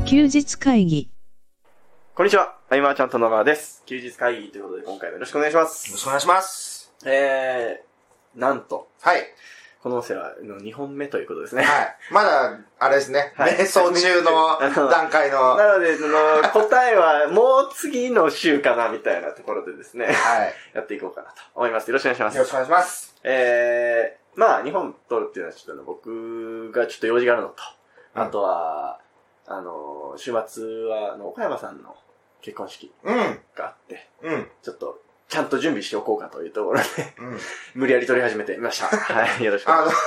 休日会議。 こんにちは。アイマーちゃんと野川です。休日会議ということで今回もよろしくお願いします。 よろしくお願いします。 なんと。 はい。 このオセラの2本目ということですね。 はい。まだ、あれですね。はい、瞑想中の段階の。 なので、答えはもう次の週かなみたいなところでですね。はい。やっていこうかなと思います。よろしくお願いします。 よろしくお願いします。 まあ、日本取るっていうのはちょっと僕がちょっと用事があるのと。あとは、週末は、岡山さんの結婚式があって、ちょっと、ちゃんと準備しておこうかというところで、無理やり取り始めてみました。はい、よろしくお願いします。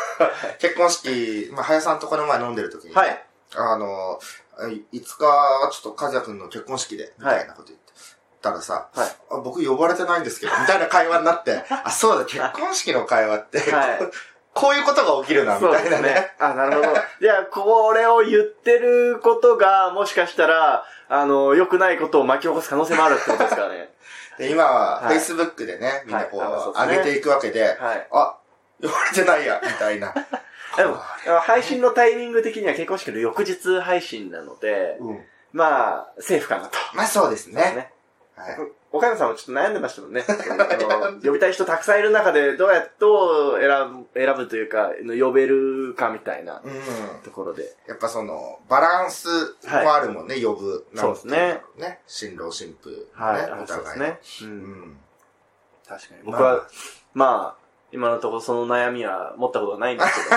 結婚式、まあ、林さんとこの前飲んでる時に、はい。いつかはちょっと和也くんの結婚式で、みたいなこと言って。たらさ、はい、僕呼ばれてないんですけど、みたいな会話になって、あ、そうだ、結婚式の会話って、はい、こういうことが起きるな、みたいなね。 あ、なるほど。じゃあ、これを言ってることが、もしかしたら、良くないことを巻き起こす可能性もあるってことですからね。 で、今は、Facebook でね、みんなこう、上げていくわけで、はい、あ、呼ばれてないや、みたいな。 でも、配信のタイミング的には結婚式の翌日配信なので、まあ、セーフかなと。 まあそうですね。 はい、岡山さんもちょっと悩んでましたもんね。呼びたい人たくさんいる中でどうやって選ぶというか、呼べるかみたいなところで。 やっぱバランスもあるもんね、呼ぶ。 そうですね。 新郎新婦、ね。 はい、お互いね。確かに。僕は、まあ、今のところその悩みは持ったことはないんですけど。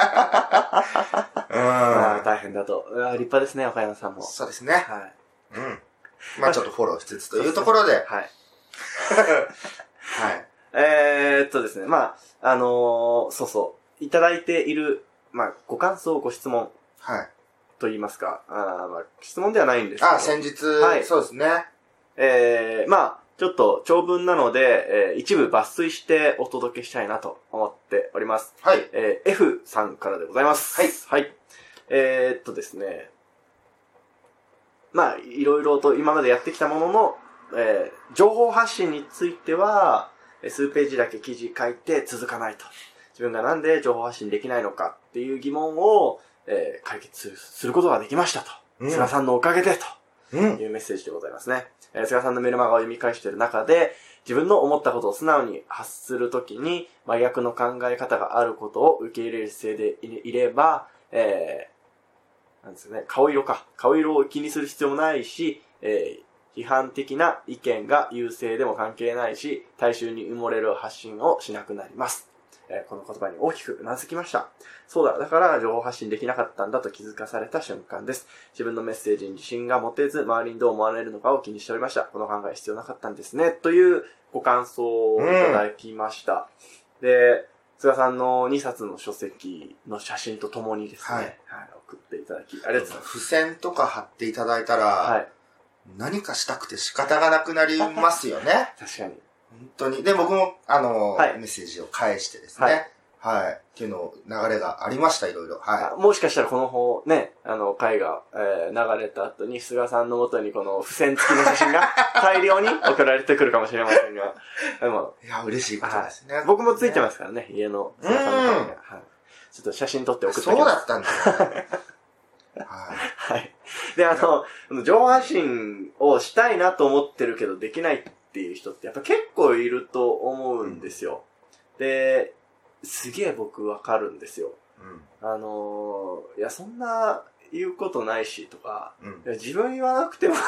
まあ、大変だと。立派ですね、岡山さんも。 そうですね。はい。まあちょっとフォローしつつというところで。はい。 はい。ですね。まあ、そうそう。いただいている、まあ、ご感想、ご質問。はい。と言いますか。まあ、質問ではないんですけど。 先日。はい。そうですね。 まあ、ちょっと長文なので、一部抜粋してお届けしたいなと思っております。はい。F さんからでございます。はい。はい。ですね。まあ、いろいろと今までやってきたものの、情報発信については、数ページだけ記事書いて続かないと。自分がなんで情報発信できないのかっていう疑問を、解決することができましたと。菅さんのおかげでというメッセージでございますね。菅さんのメルマガを読み返している中で、自分の思ったことを素直に発するときに、真逆の考え方があることを受け入れる姿勢でいれば、なんですよね。顔色を気にする必要もないし、批判的な意見が優勢でも関係ないし、大衆に埋もれる発信をしなくなります。この言葉に大きくうなずきました。そうだ、だから情報発信できなかったんだと気づかされた瞬間です。自分のメッセージに自信が持てず、周りにどう思われるのかを気にしておりました。この考え必要なかったんですね。というご感想をいただきました。で、菅さんの2冊の書籍の写真とともにですね、はい、送っていただき、ありがとうございます。 付箋とか貼っていただいたら、はい、何かしたくて仕方がなくなりますよね。 確かに。 本当に。で、僕も、はい、メッセージを返してですね。はい。っていうの、流れがありました、いろいろ。はい。 もしかしたらこのね、回が、流れた後に、菅さんの元にこの付箋付きの写真が大量に送られてくるかもしれませんが。でもいや、嬉しいことですね。 僕もついてますからね、家の菅さんの紙が。はい。ちょっと写真撮って送っておきます。 そうだったんだね。 はい。で、情報発信をしたいなと思ってるけどできないっていう人ってやっぱ結構いると思うんですよ。で、すげえ僕わかるんですよ。いや、そんな言うことないしとか、いや自分言わなくても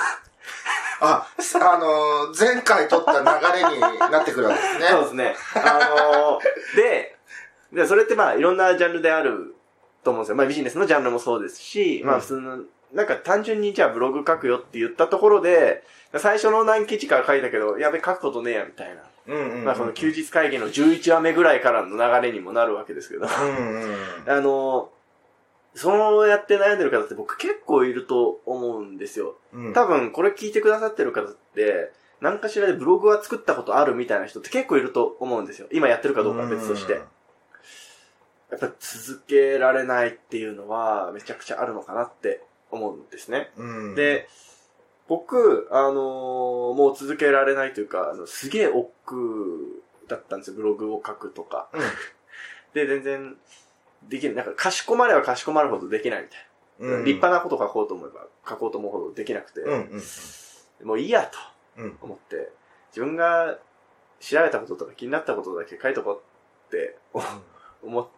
前回撮った流れになってくるわけですね。 そうですね。で、それってまあいろんなジャンルであると思うんですよ。まあビジネスのジャンルもそうですし、まあ普通の、なんか単純にじゃあブログ書くよって言ったところで、最初の何記事か書いたけど、やべ書くことねえやみたいな。まあこの休日会議の11話目ぐらいからの流れにもなるわけですけど。そうやって悩んでる方って僕結構いると思うんですよ。多分これ聞いてくださってる方って、何かしらでブログは作ったことあるみたいな人って結構いると思うんですよ。今やってるかどうかは別として。やっぱ続けられないっていうのはめちゃくちゃあるのかなって思うんですね。で、僕、もう続けられないというか、すげえ億劫だったんですよ、ブログを書くとか。で、全然できる。なんか、かしこまればかしこまるほどできないみたい立派なこと書こうと思えば書こうと思うほどできなくて、もういいやと思って、自分が調べたこととか気になったことだけ書いとこうって思って、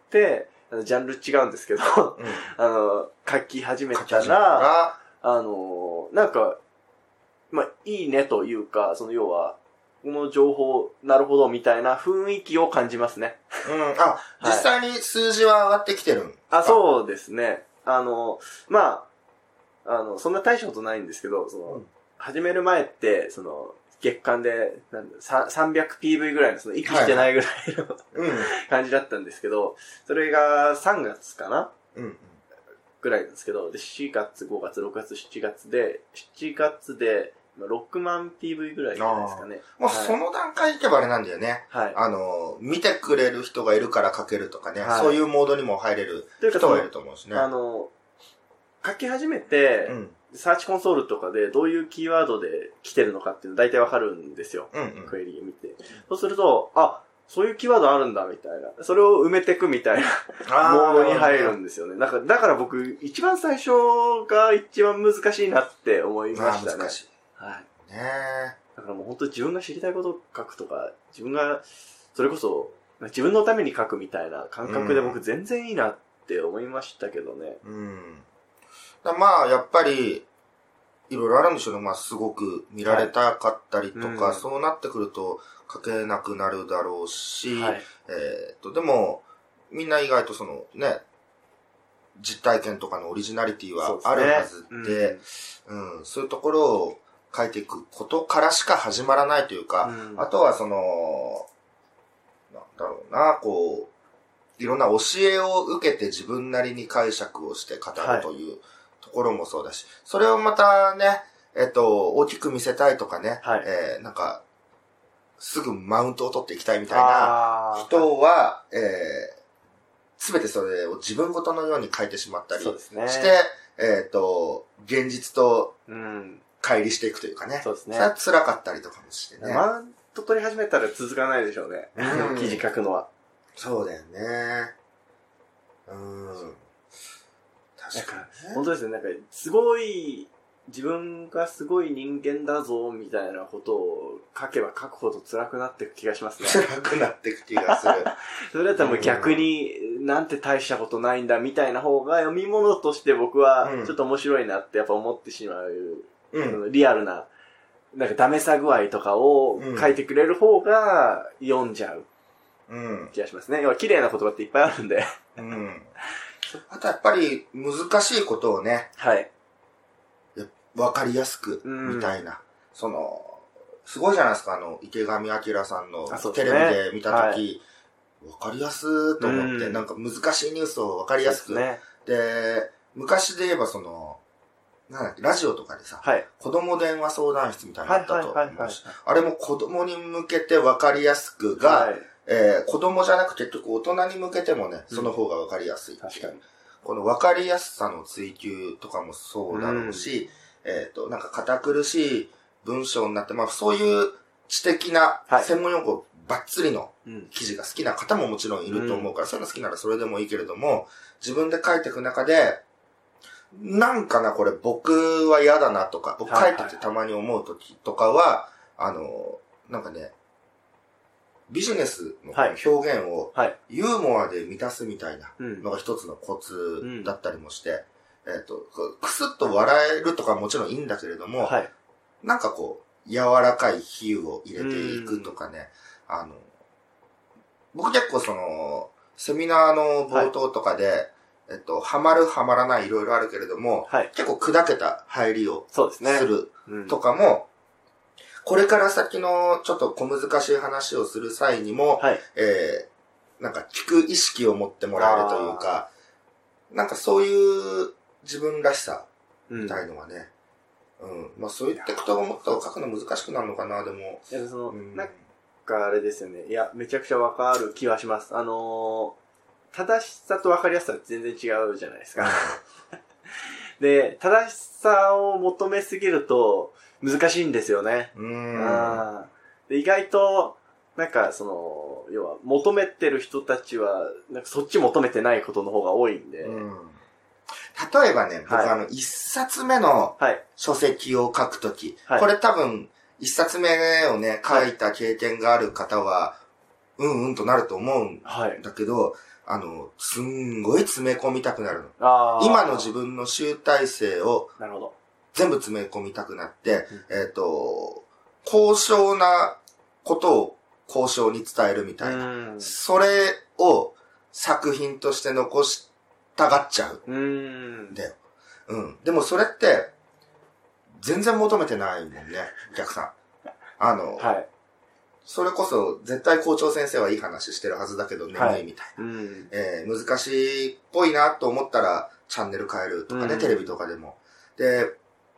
ジャンル違うんですけど、書き始めたら、なんか、まあ、いいねというか、その要は、この情報、なるほどみたいな雰囲気を感じますね。 実際に数字は上がってきてるんですか？ そうですね。まあ、そんな大したことないんですけど、始める前って、月間で、300PV ぐらいの、息してないぐらいの感じだったんですけど、それが3月かなぐらいなんですけど、で、4月、5月、6月、7月で、6万 PV ぐらいじゃないですかね。 もうその段階いけばあれなんだよね。見てくれる人がいるから書けるとかね、そういうモードにも入れる人がいると思うしね。 書き始めて、サーチコンソールとかでどういうキーワードで来てるのかっていうの大体わかるんですよ。クエリ見て。そうすると、そういうキーワードあるんだみたいな。それを埋めていくみたいなモードに入るんですよね。だから僕、一番最初が一番難しいなって思いましたね。 難しい。 だからもう本当に自分が知りたいことを書くとか、自分が、それこそ、自分のために書くみたいな感覚で僕全然いいなって思いましたけどね。 まあ、やっぱり、いろいろあるんでしょうね。すごく見られたかったりとか、そうなってくると書けなくなるだろうし、でも、みんな意外と実体験とかのオリジナリティはあるはずで、そういうところを書いていくことからしか始まらないというか、あとはなんだろうな、いろんな教えを受けて自分なりに解釈をして語るというところもそうだし、それをまたね、大きく見せたいとかね、なんか、すぐマウントを取っていきたいみたいな人は、すべてそれを自分ごとのように書いてしまったりして、現実と乖離していくというかね。そうですね。それは辛かったりとかもしてね。 マウント取り始めたら続かないでしょうね。記事書くのは。 そうだよね。 確かに。本当ですね。なんか、すごい、自分がすごい人間だぞ、みたいなことを書けば書くほど辛くなっていく気がしますね。 辛くなっていく気がする。 それだったらもう逆に、なんて大したことないんだ、みたいな方が読み物として僕はちょっと面白いなってやっぱ思ってしまう。リアルな、なんかダメさ具合とかを書いてくれる方が読んじゃう気がしますね。要は綺麗な言葉っていっぱいあるんで。 あとやっぱり難しいことをね、わかりやすく、みたいな。すごいじゃないですか、池上彰さんのテレビで見たとき、わかりやすと思って、なんか難しいニュースをわかりやすく。で、昔で言えばラジオとかでさ、子供電話相談室みたいなのあったと思うし、あれも子供に向けてわかりやすくが、子供じゃなくて結局大人に向けてもね、その方がわかりやすい。確かに。このわかりやすさの追求とかもそうだろうし、なんか堅苦しい文章になって、そういう知的な専門用語バッツリの記事が好きな方ももちろんいると思うから、そういうの好きならそれでもいいけれども、自分で書いていく中で、なんかな、これ僕は嫌だなとか、僕書いててたまに思うときとかは、なんかね、ビジネスの表現をユーモアで満たすみたいなのが一つのコツだったりもして、くすっと笑えるとかもちろんいいんだけれども、なんか柔らかい比喩を入れていくとかね、僕結構セミナーの冒頭とかで、ハマるハマらないいろいろあるけれども、結構砕けた入りをするとかも、これから先のちょっと小難しい話をする際にも、なんか聞く意識を持ってもらえるというか、なんかそういう自分らしさみたいのはね、そう言っていくともっと書くの難しくなるのかな、でも。 いや、なんかあれですよね。いや、めちゃくちゃわかる気はします。正しさとわかりやすさは全然違うじゃないですか。で、正しさを求めすぎると難しいんですよね。で意外と、なんか要は求めてる人たちは、なんかそっち求めてないことの方が多いんで。 例えばね、僕一冊目の書籍を書くとき、これ多分、一冊目をね、書いた経験がある方は、うんとなると思うんだけど、すんごい詰め込みたくなるの。今の自分の集大成を、全部詰め込みたくなって、高尚なことを交渉に伝えるみたいな。それを作品として残したがっちゃうんだよ。でもそれって、全然求めてないもんね、お客さん。それこそ、絶対校長先生はいい話してるはずだけど、眠いみたいな。難しいっぽいなと思ったら、チャンネル変えるとかね、テレビとかでも。で、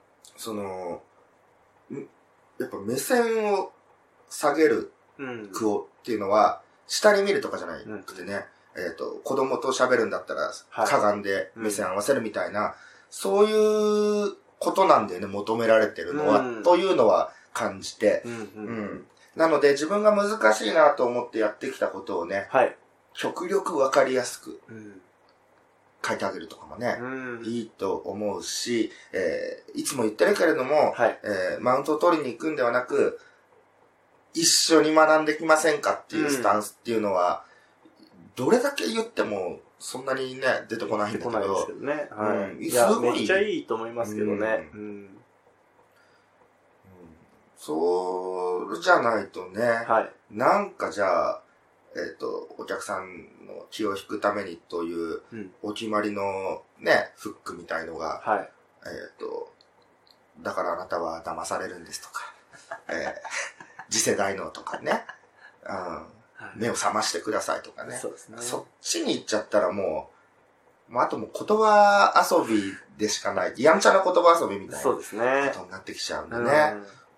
やっぱ目線を下げる句をっていうのは、下に見るとかじゃなくてね、子供と喋るんだったら、かがんで目線合わせるみたいな、そういうことなんだよね、求められてるのは、というのは感じて、なので自分が難しいなと思ってやってきたことをね、極力わかりやすく書いてあげるとかもね、いいと思うし、いつも言ってるけれども、マウントを取りに行くんではなく、一緒に学んできませんかっていうスタンスっていうのは、どれだけ言ってもそんなにね、出てこないんだけど。 出てこないですけどね。いや、めっちゃいいと思いますけどね。 そうじゃないとね、なんかじゃあ、お客さんの気を引くためにという、お決まりのね、フックみたいのが、だからあなたは騙されるんですとか、次世代のとかね、目を覚ましてくださいとかね。そっちに行っちゃったらもうあともう言葉遊びでしかない。やんちゃな言葉遊びみたいなことになってきちゃうんでね。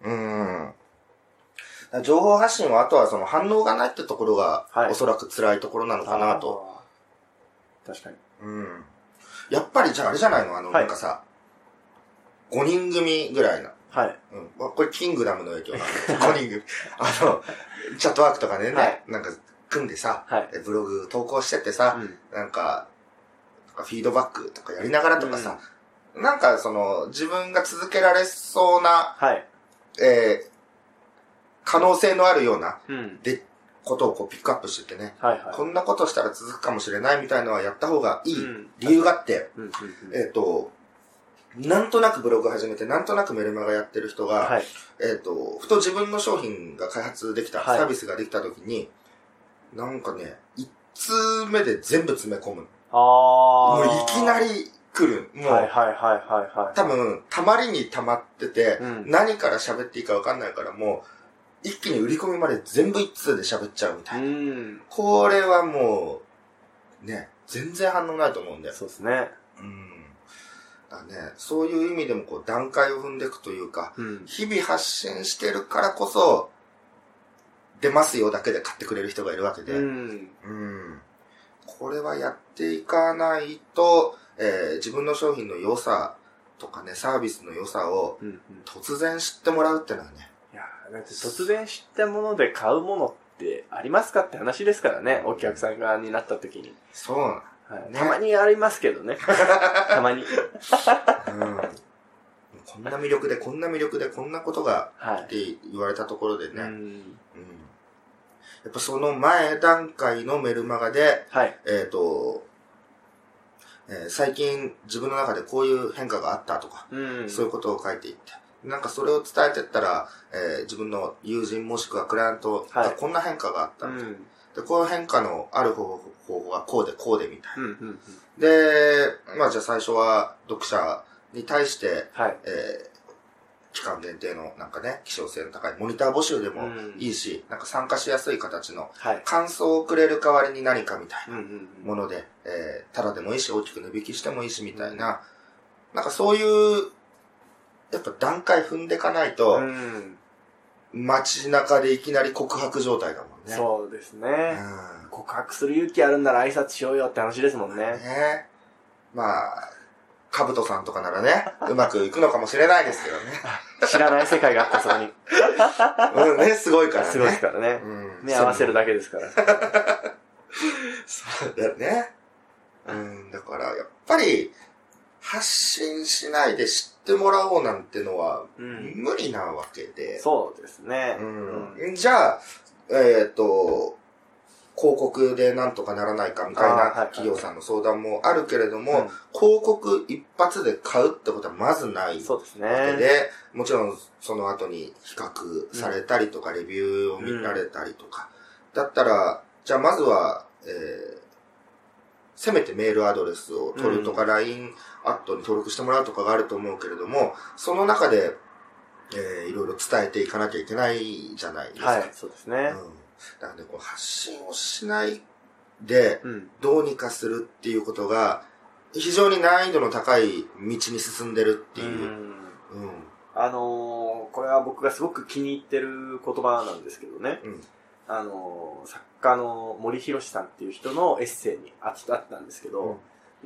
情報発信はあとはその反応がないってところが、おそらく辛いところなのかなと。 確かに。 やっぱりじゃああれじゃないのなんかさ、5人組ぐらいな。これキングダムの影響なんで、5人組。チャットワークとかね、なんか組んでさ、ブログ投稿してってさ、なんか、フィードバックとかやりながらとかさ、なんか自分が続けられそうな、可能性のあるような、ことをこうピックアップしててね、こんなことしたら続くかもしれないみたいのはやった方がいい理由があって、なんとなくブログ始めて、なんとなくメルマガやってる人が、ふと自分の商品が開発できた、サービスができた時に、なんかね、1通目で全部詰め込む。もういきなり来る。もう、多分、たまりにたまってて、何から喋っていいか分かんないからもう、一気に売り込みまで全部一通で喋っちゃうみたいな。これはもう、ね、全然反応ないと思うんだよ。 そうですね。 だね、そういう意味でもこう段階を踏んでいくというか、日々発信してるからこそ、出ますよだけで買ってくれる人がいるわけで、これはやっていかないと、自分の商品の良さとかね、サービスの良さを突然知ってもらうってのはね。 いや、だって突然知ったもので買うものってありますかって話ですからね、お客さん側になった時に。 そうなたまにありますけどね。たまに。 こんな魅力で、こんな魅力で、こんなことが、って言われたところでね。やっぱその前段階のメルマガで、最近自分の中でこういう変化があったとか、そういうことを書いていって、なんかそれを伝えてったら、自分の友人もしくはクライアントがこんな変化があったみたいな。で、こういう変化のある方法はこうでこうでみたいな。で、まあじゃあ最初は読者に対して、期間限定のなんかね、希少性の高いモニター募集でもいいし、なんか参加しやすい形の感想をくれる代わりに何かみたいなもので、ただでもいいし、大きく値引きしてもいいしみたいな、なんかそういう、やっぱ段階踏んでいかないと、街中でいきなり告白状態だもんね。 そうですね。告白する勇気あるんなら挨拶しようよって話ですもんね。 まあ、カブトさんとかならね、うまくいくのかもしれないですけどね。 知らない世界があったそこに。 ね、すごいからね。 すごいですからね。目合わせるだけですから。 そうだよね。だから、やっぱり、 発信しないで知ってもらおうなんてのは、無理なわけで。 そうですね。 じゃあ、広告でなんとかならないかみたいな企業さんの相談もあるけれども、広告一発で買うってことはまずないわけで、もちろんその後に比較されたりとか、レビューを見られたりとか。だったら、じゃあまずは、せめてメールアドレスを取るとか、LINE アットに登録してもらうとかがあると思うけれども、その中で、いろいろ伝えていかなきゃいけないじゃないですか。 はい、そうですね。 だからね、こう発信をしないで、どうにかするっていうことが、非常に難易度の高い道に進んでるっていう。 これは僕がすごく気に入ってる言葉なんですけどね。作家の森博さんっていう人のエッセイにあったんですけど、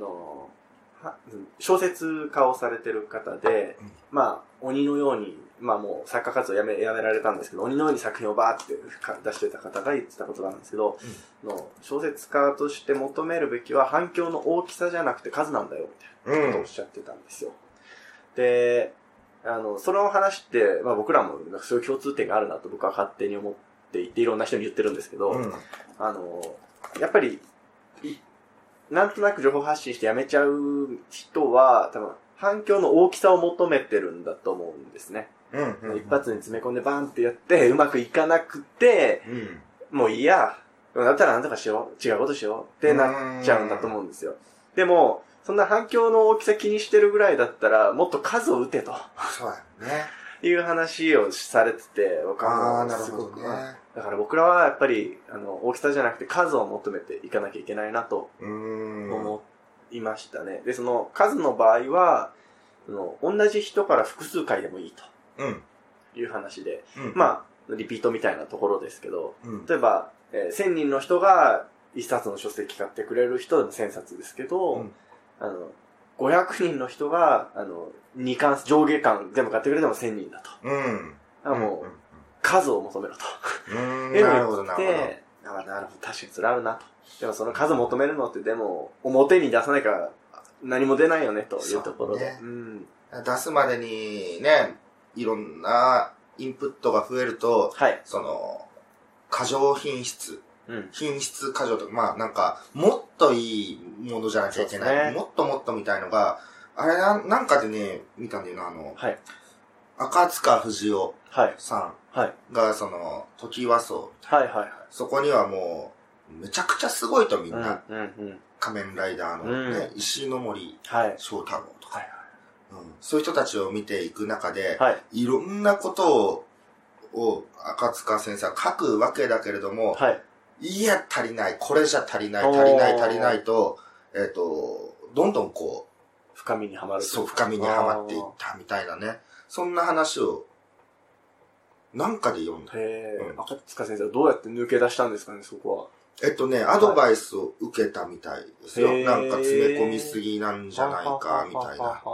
小説家をされてる方で、鬼のように、もう作家活動やめられたんですけど、鬼のように作品をバーって出してた方が言ってたことなんですけど、小説家として求めるべきは反響の大きさじゃなくて数なんだよ、みたいなことをおっしゃってたんですよ。で、その話って、僕らもそういう共通点があるなと僕は勝手に思っていて、いろんな人に言ってるんですけど、やっぱり、なんとなく情報発信してやめちゃう人は、多分、反響の大きさを求めてるんだと思うんですね。一発に詰め込んでバーンってやって、うまくいかなくて、もういいや、だったらなんとかしよう、違うことしようってなっちゃうんだと思うんですよ。でも、そんな反響の大きさ気にしてるぐらいだったら、もっと数を打てと。 そうやね。 いう話をされてて、僕はすごく、だから僕らはやっぱり、大きさじゃなくて数を求めていかなきゃいけないなと思いましたね。で、その数の場合は、同じ人から複数回でもいいという話で、リピートみたいなところですけど、例えば、1000人の人が1冊の書籍買ってくれる人でも1000冊ですけど、500人の人が、2巻、上下巻全部買ってくれても1000人だと。もう、数を求めろと。 なるほど、なるほど。 なるほど、確かにそれあるなと。でもその数求めるのってでも、表に出さないから何も出ないよね、というところで。 出すまでにね、いろんなインプットが増えると、過剰品質。品質過剰とか、なんか、もっといいものじゃなきゃいけない。もっともっとみたいのが、あれなんかでね、見たんだよな、赤塚不二夫さんが、トキワ荘。そこにはもう、めちゃくちゃすごいとみんな。仮面ライダーのね、石ノ森章太郎とか。そういう人たちを見ていく中で、いろんなことを赤塚先生は書くわけだけれども、いや、足りない。これじゃ足りないと、どんどんこう、 深みにはまる。 そう、深みにはまっていったみたいなね。そんな話を、なんかで読んだ。 赤塚先生はどうやって抜け出したんですかね、そこは。 アドバイスを受けたみたいですよ。なんか詰め込みすぎなんじゃないか、みたいな。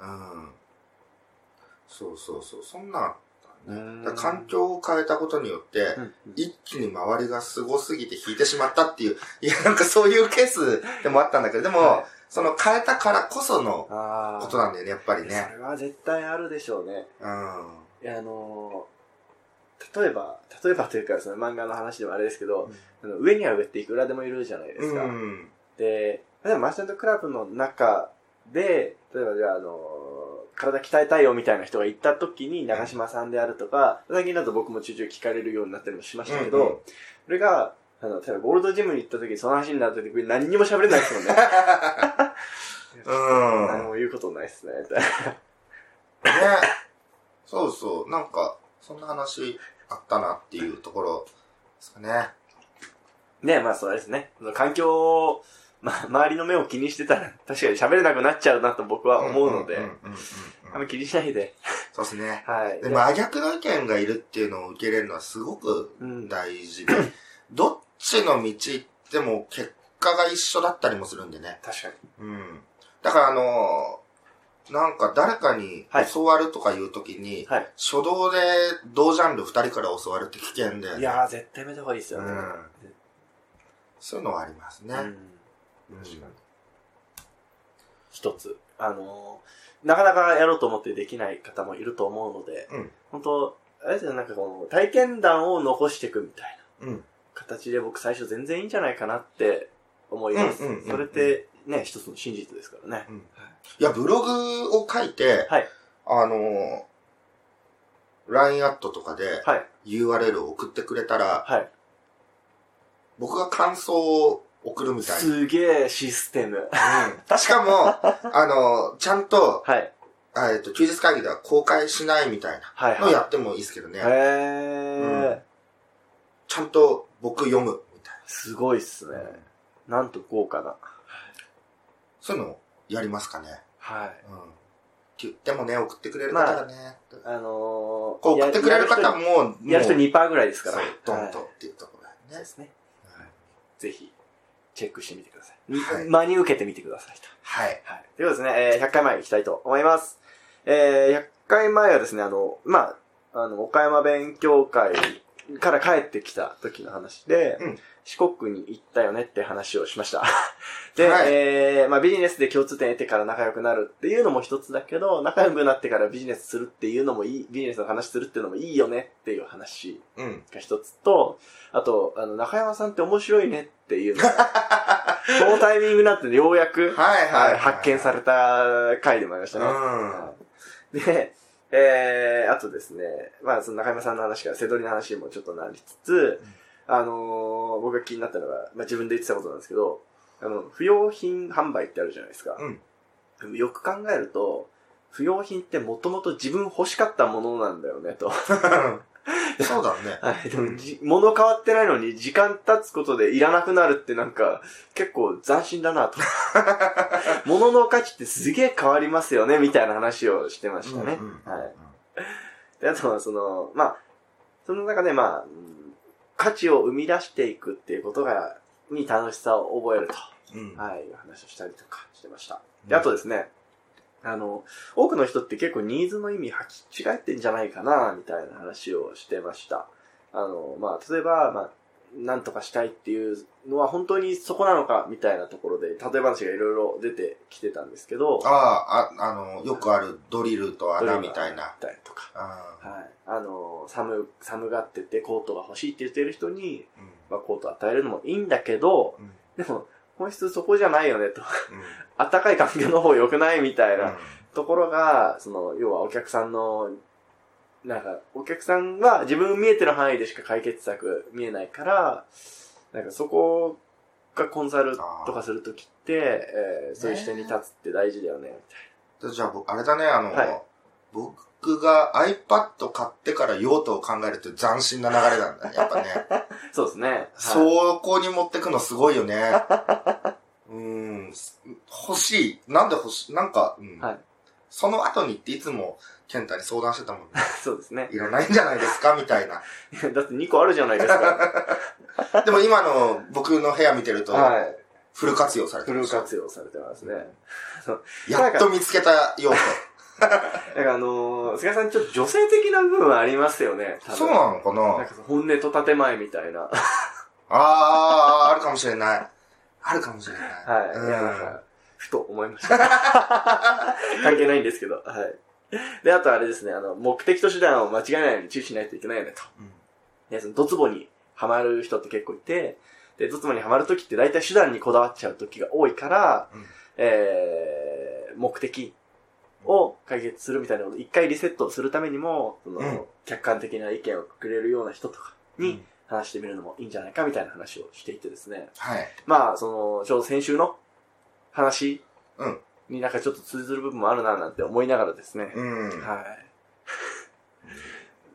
そう、そんな、環境を変えたことによって、一気に周りがすごすぎて引いてしまったっていう、なんかそういうケースでもあったんだけど、でも、その変えたからこそのことなんだよね、やっぱりね。 それは絶対あるでしょうね。例えばというか、その漫画の話でもあれですけど、上には上っていくらでもいるじゃないですか。で、例えばマーチャントクラブの中で、例えばじゃあ体鍛えたいよみたいな人が行った時に長嶋さんであるとか、最近だと僕もちょいちょい聞かれるようになったりもしましたけど、それが、例えばゴールドジムに行った時にその話になった時に何にも喋れないですもんね。何も言うことないっすね、みたいな。 ね。そう、なんか、そんな話あったなっていうところですかね。 ね、そうですね。環境を、周りの目を気にしてたら、確かに喋れなくなっちゃうなと僕は思うので、あんま気にしないで。 そうですね。で、真逆の意見がいるっていうのを受け入れるのはすごく大事で、どっちの道行っても結果が一緒だったりもするんでね。 確かに。 だからなんか誰かに教わるとかいうときに、初動で同ジャンル2人から教わるって危険で、 いやー、絶対やめた方がいいですよね。 そういうのはありますね。 一つ。なかなかやろうと思ってできない方もいると思うので、本当あれですね、なんかこの体験談を残していくみたいな形で僕最初全然いいんじゃないかなって思います。それってね、一つの真実ですからね。 いや、ブログを書いて、 はい、 LINE アットとかで URL を送ってくれたら、はい、僕が感想を送るみたいな。 すげえシステム。 しかも、ちゃんと、はい、休日会議では公開しないみたいなのをやってもいいですけどね。ちゃんと僕読むみたいな。 すごいっすね。なんと豪華な。 そういうのやりますかね。 はい。 って言ってもね、送ってくれる方がね。こう送ってくれる方も、 やる人 2% ぐらいですから。 そう、ドンとっていうところだよね。 そうですね。ぜひ、チェックしてみてください。真に受けてみてくださいと。 はい。 はい。ということですね、100回前行きたいと思います。100回前はですね、岡山勉強会から帰ってきた時の話で、四国に行ったよねって話をしました。で、はい、ビジネスで共通点得てから仲良くなるっていうのも一つだけど、仲良くなってからビジネスするっていうのもいい、ビジネスの話するっていうのもいいよねっていう話が一つと、あと、中山さんって面白いねっていうのが、そのタイミングになってようやく、発見された回でもありましたね。で、あとですね、その中山さんの話から瀬戸りの話にもちょっとなりつつ、僕が気になったのが、自分で言ってたことなんですけど、不用品販売ってあるじゃないですか。よく考えると、不用品ってもともと自分欲しかったものなんだよね、と。 そうだね。 はい。でも、物変わってないのに時間経つことでいらなくなるってなんか、結構斬新だなと。物の価値ってすげえ変わりますよね、みたいな話をしてましたね。はい。で、あとはその中で価値を生み出していくっていうことに楽しさを覚えると。はい、いう話をしたりとかしてました。で、あとですね、多くの人って結構ニーズの意味履き違えてんじゃないかな、みたいな話をしてました。例えば、なんとかしたいっていうのは本当にそこなのか、みたいなところで、例え話がいろいろ出てきてたんですけど。 よくあるドリルと穴みたいな。 みたいとか。はい。寒がっててコートが欲しいって言ってる人に、コートを与えるのもいいんだけど、でも、本質そこじゃないよねと。あったかい環境の方良くないみたいなところが、要はお客さんの、お客さんは自分見えてる範囲でしか解決策見えないから、そこがコンサルとかするときって、そういう視点に立つって大事だよね、みたいな。 じゃあ、あれだね、僕が iPad 買ってから用途を考えるって斬新な流れなんだね、やっぱね。 そうですね。 そこに持ってくのすごいよね。欲しい。なんで欲しいその後にっていつも健太に相談してたもんね。 そうですね。 いらないんじゃないですかみたいな。 だって2個あるじゃないですか。 でも今の僕の部屋見てると、フル活用されてます。フル活用されてますね。 やっと見つけた用途。 だから菅さんちょっと女性的な部分はありますよね。 そうなのかな本音と建前みたいな。 あるかもしれない。あるかもしれない。 はい。いや、ふと思いました。関係ないんですけど。はい。で、あとあれですね、目的と手段を間違えないように注意しないといけないよねと。で、そのドツボにハマる人って結構いて、で、ドツボにハマるときって大体手段にこだわっちゃうときが多いから、目的を解決するみたいなことを一回リセットするためにも、客観的な意見をくれるような人とかに話してみるのもいいんじゃないかみたいな話をしていてですね。 はい。 ちょうど先週の話にちょっと通ずる部分もあるななんて思いながらですね。はい。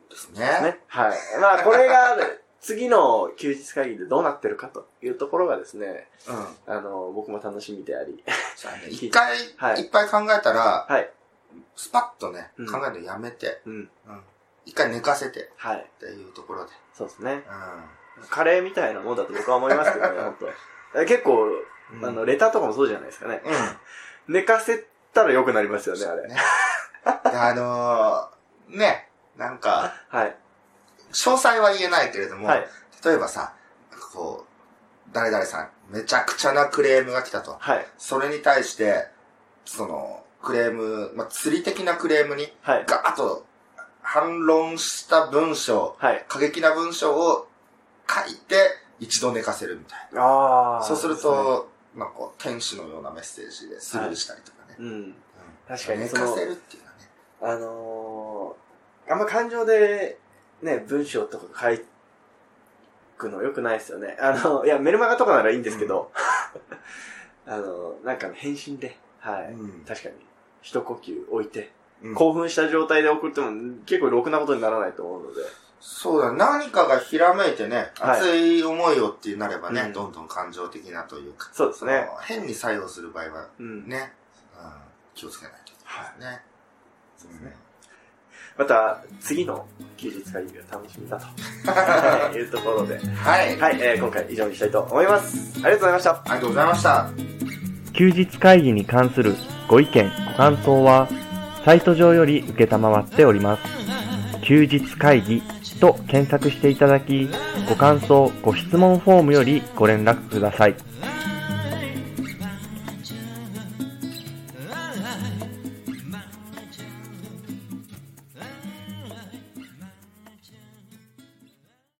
ですね。 はい。これが次の休日会議でどうなってるかというところがですね、僕も楽しみであり。 一回、いっぱい考えたら、スパッとね、考えるのやめて、一回寝かせて、っていうところで。 そうですね。カレーみたいなもんだと僕は思いますけどね、本当。結構、レターとかもそうじゃないですかね。寝かせたら良くなりますよね、あれ。 ね、詳細は言えないけれども、例えばさ、誰々さん、めちゃくちゃなクレームが来たと。それに対して、 クレーム、釣り的なクレームに、ガーッと反論した文章、過激な文章を書いて、一度寝かせるみたいな。そうすると、なんか天使のようなメッセージでスルーしたりとかね。 確かに寝かせるっていうのはね。 あんま感情で、ね、文章とか書くの良くないですよね。いや、メルマガとかならいいんですけど、なんか返信で、確かに、一呼吸置いて、興奮した状態で送っても結構ろくなことにならないと思うので。 そうだ、何かがひらめいてね、熱い思いをってなればね、どんどん感情的なというか。 そうですね。 変に作用する場合は、ね、気をつけないといけないですね。 そうですね。また、次の休日会議が楽しみだというところで。はい。今回以上にしたいと思います。ありがとうございました。 ありがとうございました。 休日会議に関するご意見、ご感想は、サイト上より受けたまわっております。休日会議と検索していただき、ご感想、ご質問フォームよりご連絡ください。